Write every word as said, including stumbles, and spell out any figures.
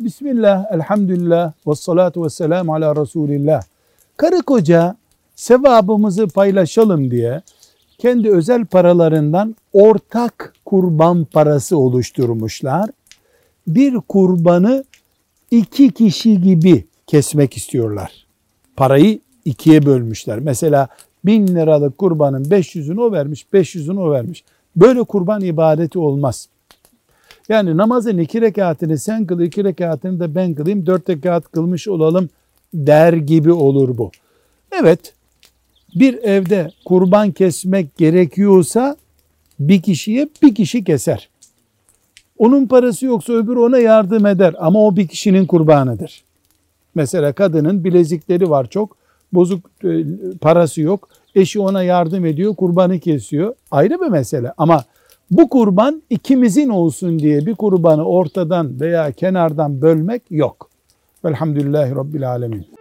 Bismillah, elhamdülillah, ve salatu ve selamu ala Resulillah. Karı koca sevabımızı paylaşalım diye kendi özel paralarından ortak kurban parası oluşturmuşlar. Bir kurbanı iki kişi gibi kesmek istiyorlar. Parayı ikiye bölmüşler. Mesela bin liralık kurbanın beş yüzünü o vermiş, beş yüzünü o vermiş. Böyle kurban ibadeti olmaz. Yani namazın iki rekatını sen kıl, iki rekatını da ben kılayım, dört rekat kılmış olalım der gibi olur bu. Evet, bir evde kurban kesmek gerekiyorsa bir kişiye bir kişi keser. Onun parası yoksa öbürü ona yardım eder ama o bir kişinin kurbanıdır. Mesela kadının bilezikleri var çok, bozuk parası yok. Eşi ona yardım ediyor, kurbanı kesiyor. Ayrı bir mesele ama bu kurban ikimizin olsun diye bir kurbanı ortadan veya kenardan bölmek yok. Velhamdülillahi Rabbil Alemin.